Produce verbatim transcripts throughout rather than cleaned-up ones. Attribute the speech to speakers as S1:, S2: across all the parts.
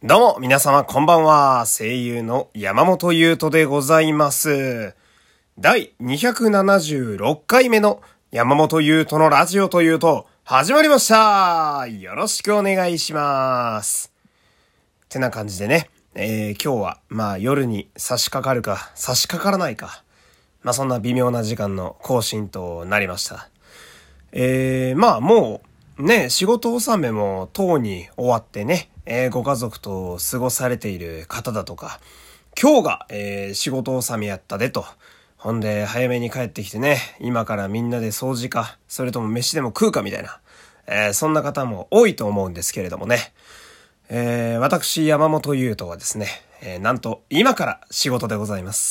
S1: どうも、皆様こんばんは。声優の山本優斗でございます。第にひゃくななじゅうろっかいめの山本優斗のラジオというと、始まりました。よろしくお願いします。ってな感じでね、えー、今日は、まあ夜に差し掛かるか、差し掛からないか。まあそんな微妙な時間の更新となりました。えー、まあもう、ね、仕事納めもとうに終わってね、えー、ご家族と過ごされている方だとか、今日が、えー、仕事納めやったでと。ほんで、早めに帰ってきてね、今からみんなで掃除か、それとも飯でも食うかみたいな、えー、そんな方も多いと思うんですけれどもね。えー、私、山本優斗はですね、えー、なんと今から仕事でございます。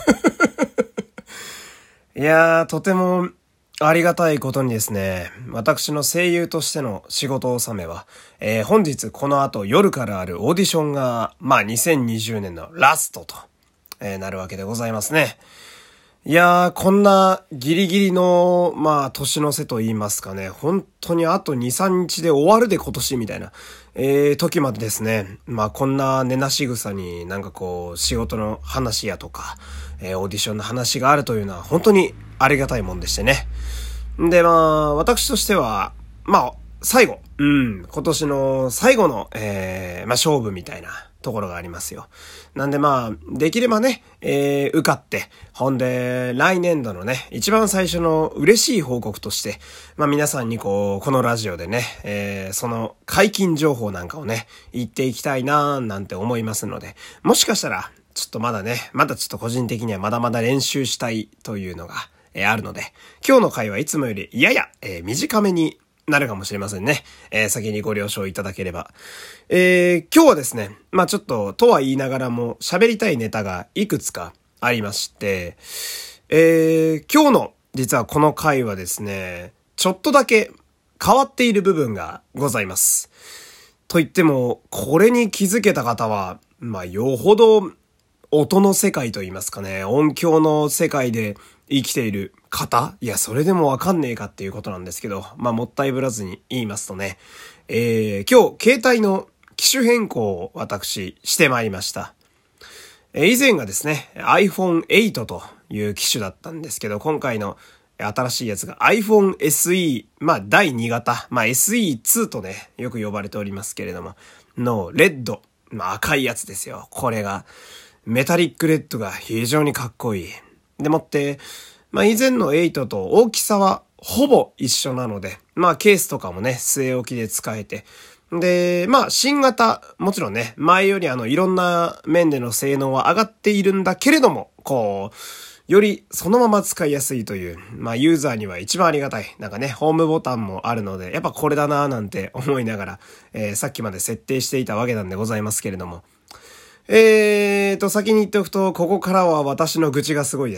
S1: いやー、とても、ありがたいことにですね、私の声優としての仕事納めは、えー、本日この後夜からあるオーディションが、まあにせんにじゅうねんのラストと、えー、なるわけでございますね。いやー、こんなギリギリの、まあ年の瀬と言いますかね、本当にあとに、さんにちで終わるで今年みたいな、えー、時までですね、まあこんな根なし草になんかこう仕事の話やとか、えー、オーディションの話があるというのは本当にありがたいもんでしてね。で、まあ、私としては、まあ、最後、うん、今年の最後の、えー、まあ、勝負みたいなところがありますよ。なんでまあ、できればね、えー、受かって、ほんで、来年度のね、一番最初の嬉しい報告として、まあ皆さんにこう、このラジオでね、えー、その解禁情報なんかをね、言っていきたいなーなんて思いますので、もしかしたら、ちょっとまだね、まだちょっと個人的にはまだまだ練習したいというのが、えー、あるので、今日の回はいつもよりやや、えー、短めになるかもしれませんね。えー、先にご了承いただければ。えー、今日はですね、まあちょっと、とは言いながらも喋りたいネタがいくつかありまして、えー、今日の実はこの回はですね、ちょっとだけ変わっている部分がございます。と言っても、これに気づけた方は、まあよほど音の世界と言いますかね、音響の世界で生きている方、いや、それでもわかんねえかっていうことなんですけど、まあ、もったいぶらずに言いますとね、えー、今日、携帯の機種変更を私、してまいりました。えー、以前がですね、アイフォンエイト という機種だったんですけど、今回の新しいやつが iPhone エスイー、まあ、だいに型、まあ、エスイーツー とね、よく呼ばれておりますけれども、の、レッド、まあ、赤いやつですよ。これが、メタリックレッドが非常にかっこいい。でもって、まあ以前のエイトと大きさはほぼ一緒なので、まあケースとかもね、据え置きで使えて、で、まあ新型、もちろんね、前よりあのいろんな面での性能は上がっているんだけれども、こう、よりそのまま使いやすいという、まあユーザーには一番ありがたい。なんかね、ホームボタンもあるので、やっぱこれだなぁなんて思いながら、えー、さっきまで設定していたわけなんでございますけれども、えーと、先に言っておくと、ここからは私の愚痴がすごいです。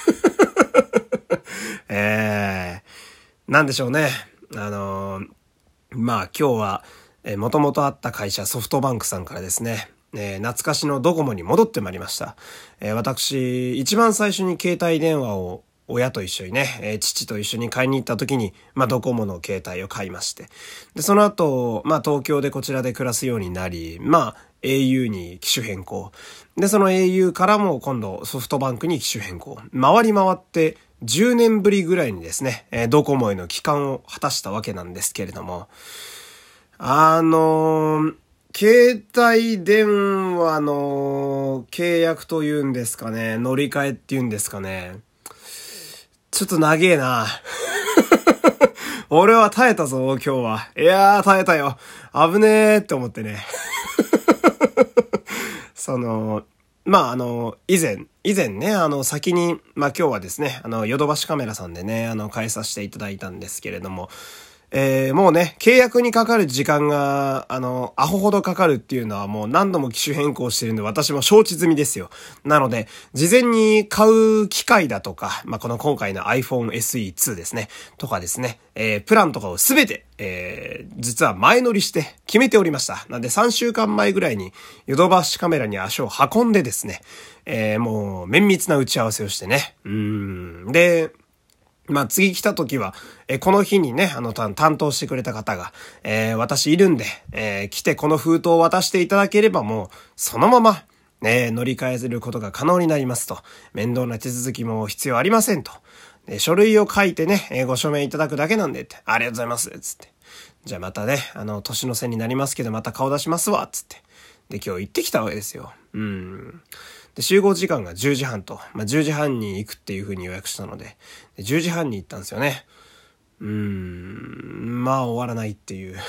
S1: えー、なんでしょうね。あのー、まあ今日は、えー、元々あった会社ソフトバンクさんからですね、えー、懐かしのドコモに戻ってまいりました。えー、私、一番最初に携帯電話を親と一緒にね、えー、父と一緒に買いに行った時に、まあ、ドコモの携帯を買いまして。で、その後、まあ、東京でこちらで暮らすようになり、まあ、au に機種変更。で、その au からも今度ソフトバンクに機種変更。回り回ってじゅうねんぶりぐらいにですね、えー、ドコモへの帰還を果たしたわけなんですけれども、あのー、携帯電話の契約というんですかね、乗り換えっていうんですかね、ちょっと長えな。俺は耐えたぞ、今日は。いやー、耐えたよ。危ねーって思ってね。その、まあ、あの、以前、以前ね、あの、先に、まあ今日はですね、あの、ヨドバシカメラさんでね、あの、変えさせていただいたんですけれども、えー、もうね、契約にかかる時間が、あの、アホほどかかるっていうのはもう何度も機種変更してるんで私も承知済みですよ。なので、事前に買う機械だとか、まあ、この今回の iPhone エスイーツー ですね、とかですね、えー、プランとかをすべて、えー、実は前乗りして決めておりました。なんでさんしゅうかんまえぐらいにヨドバシカメラに足を運んでですね、えー、もう綿密な打ち合わせをしてね。うーん。で、 まあ次来た時は、えーこの日にね、あの担担当してくれた方が、えー私いるんで、えー来てこの封筒を渡していただければもう、そのまま、ね、乗り換えることが可能になりますと。面倒な手続きも必要ありませんと。で書類を書いてね、えーご署名いただくだけなんでって、ありがとうございます、つって。じゃあまたね、あの、年の瀬になりますけどまた顔出しますわ、つって。で、今日行ってきたわけですよ。うん。で、集合時間がじゅうじはんと、まあ、じゅうじはんに行くっていう風に予約したので、でじゅうじはんに行ったんですよね。うーん、まあ終わらないっていう。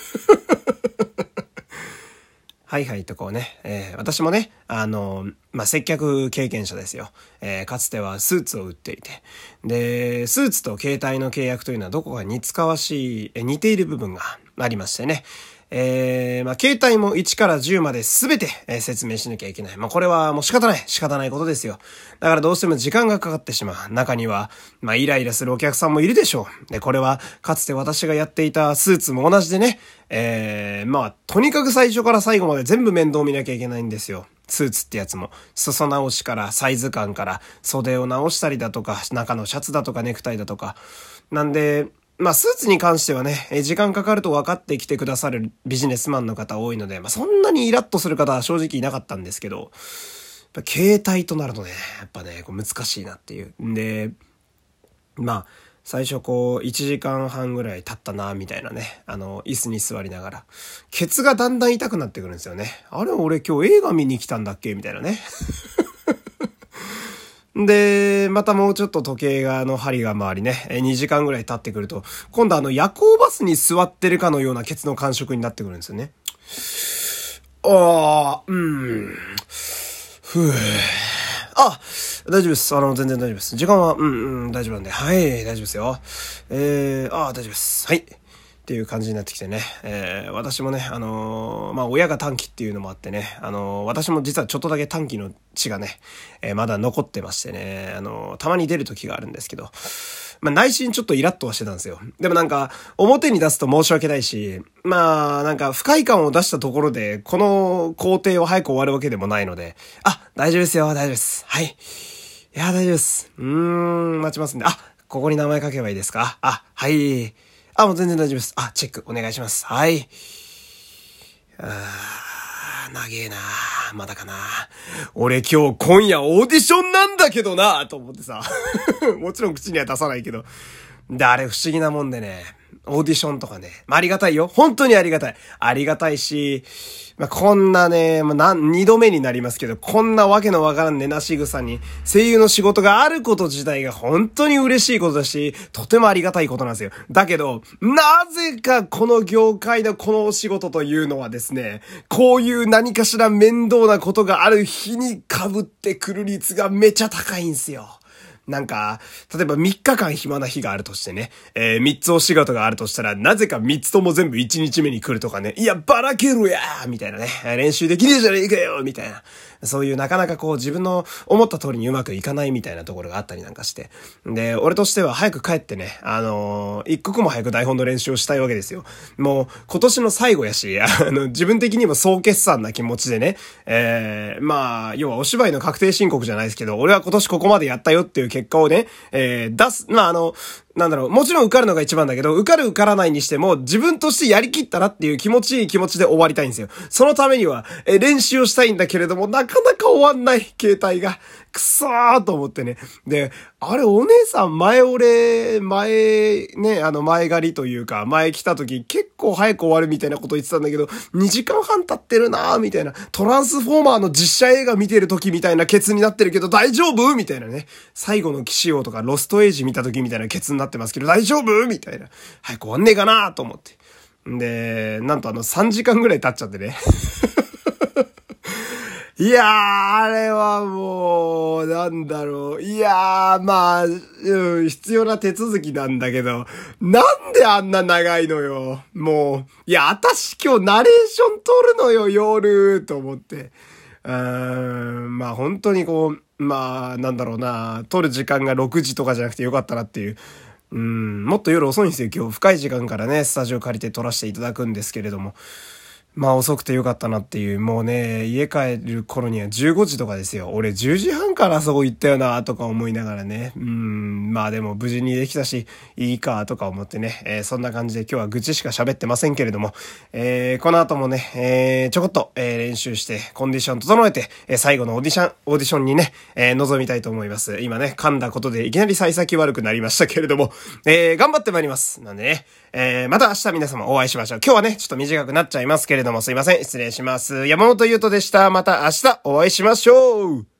S1: はいはいとこうね、えー、私もね、あの、まあ、接客経験者ですよ。えー、かつてはスーツを売っていて。で、スーツと携帯の契約というのはどこか似つかわしい、え似ている部分がありましてね。えー、まあ、携帯もいちからじゅうまで全て、えー、説明しなきゃいけない。まあ、これはもう仕方ない。仕方ないことですよ。だからどうしても時間がかかってしまう。中には、まあ、イライラするお客さんもいるでしょう。で、これは、かつて私がやっていたスーツも同じでね、えー、まあ、とにかく最初から最後まで全部面倒見なきゃいけないんですよ。スーツってやつも。裾直しから、サイズ感から、袖を直したりだとか、中のシャツだとかネクタイだとか。なんで、まあ、スーツに関してはね、時間かかると分かってきてくださるビジネスマンの方多いので、まあ、そんなにイラッとする方は正直いなかったんですけど、やっぱ携帯となるとね、やっぱね、こう難しいなっていう。んで、まあ、最初こう、いちじかんはんぐらい経ったな、みたいなね、あの、椅子に座りながら、ケツがだんだん痛くなってくるんですよね。あれ、俺今日映画見に来たんだっけみたいなね。で、またもうちょっと時計が、あの、針が回りね、にじかんぐらい経ってくると、今度あの、夜行バスに座ってるかのようなケツの感触になってくるんですよね。ああ、うん。ふぅ。あ、大丈夫です。あの、全然大丈夫です。時間は、うん、うん、大丈夫なんで。はい、大丈夫ですよ。えー、ああ、大丈夫です。はい。っていう感じになってきてね。えー、私もね、あのー、まあ、親が短期っていうのもあってね、あのー、私も実はちょっとだけ短期の血がね、えー、まだ残ってましてね、あのー、たまに出る時があるんですけど、まあ、内心ちょっとイラッとはしてたんですよ。でもなんか、表に出すと申し訳ないし、まあ、なんか、不快感を出したところで、この工程を早く終わるわけでもないので、あ、大丈夫ですよ、大丈夫です。はい。いや、大丈夫です。うーん、待ちますんで。あ、ここに名前書けばいいですか？あ、はい。あ、もう全然大丈夫です。あ、チェックお願いします。はい。あー、長えな。まだかな。俺今日今夜オーディションなんだけどなと思ってさ。もちろん口には出さないけど。で、あれ不思議なもんでね。オーディションとかね。まあ、ありがたいよ。本当にありがたい。ありがたいし、まあ、こんなね、まあ、なん、二度目になりますけど、こんなわけのわからんねなしぐさに、声優の仕事があること自体が本当に嬉しいことだし、とてもありがたいことなんですよ。だけど、なぜかこの業界のこのお仕事というのはですね、こういう何かしら面倒なことがある日に被ってくる率がめちゃ高いんですよ。なんか、例えばみっかかん暇な日があるとしてね、えー、みっつお仕事があるとしたら、なぜかみっつとも全部いちにちめに来るとかね、いや、ばらけるやーみたいなね、練習できねえじゃねえかよみたいな。そういうなかなかこう自分の思った通りにうまくいかないみたいなところがあったりなんかして。で、俺としては早く帰ってね、あのー、一刻も早く台本の練習をしたいわけですよ。もう、今年の最後やし、あの、自分的にも総決算な気持ちでね、えー、まあ、要はお芝居の確定申告じゃないですけど、俺は今年ここまでやったよっていう結果をね、えー、出す、まあ、あの、なんだろう、もちろん受かるのが一番だけど、受かる受からないにしても、自分としてやりきったなっていう気持ちいい気持ちで終わりたいんですよ。そのためには、え、練習をしたいんだけれども、なかなか終わんない、携帯が。くそーと思ってね。で、あれ、お姉さん、前俺、前、ね、あの、前借りというか、前来た時、結構早く終わるみたいなこと言ってたんだけど、にじかんはん経ってるなーみたいな。トランスフォーマーの実写映画見てる時みたいなケツになってるけど、大丈夫みたいなね。最後の騎士王とか、ロストエイジ見た時みたいなケツになってますけど、大丈夫みたいな。早く終わんねえかなと思って。で、なんとあのさんじかんぐらい経っちゃってね。いやー、あれはもう、なんだろう。いやー、まあ、うん、必要な手続きなんだけど、なんであんな長いのよ。もう、いや、私今日ナレーション撮るのよ、夜、と思って。うーん、まあ本当にこう、まあ、なんだろうな、撮る時間がろくじとかじゃなくてよかったなっていう。うん、もっと夜遅いんですよ。今日深い時間からね、スタジオ借りて撮らせていただくんですけれども。 まあ遅くてよかったなっていう、もうね、家帰る頃にはじゅうごじとかですよ。俺じゅうじはんからそこ行ったよなとか思いながらね。うん、まあでも無事にできたし、いいかとか思ってね、えー、そんな感じで今日は愚痴しか喋ってませんけれども、えー、この後もね、えー、ちょこっと、えー、練習して、コンディション整えて、えー、最後のオーディション、オーディションにね、えー、臨みたいと思います。今ね、噛んだことでいきなり幸先悪くなりましたけれども、えー、頑張ってまいります。なんでね、えー、また明日皆様お会いしましょう。今日はね、ちょっと短くなっちゃいますけれども、すいません。失礼します。山本優斗でした。また明日お会いしましょう。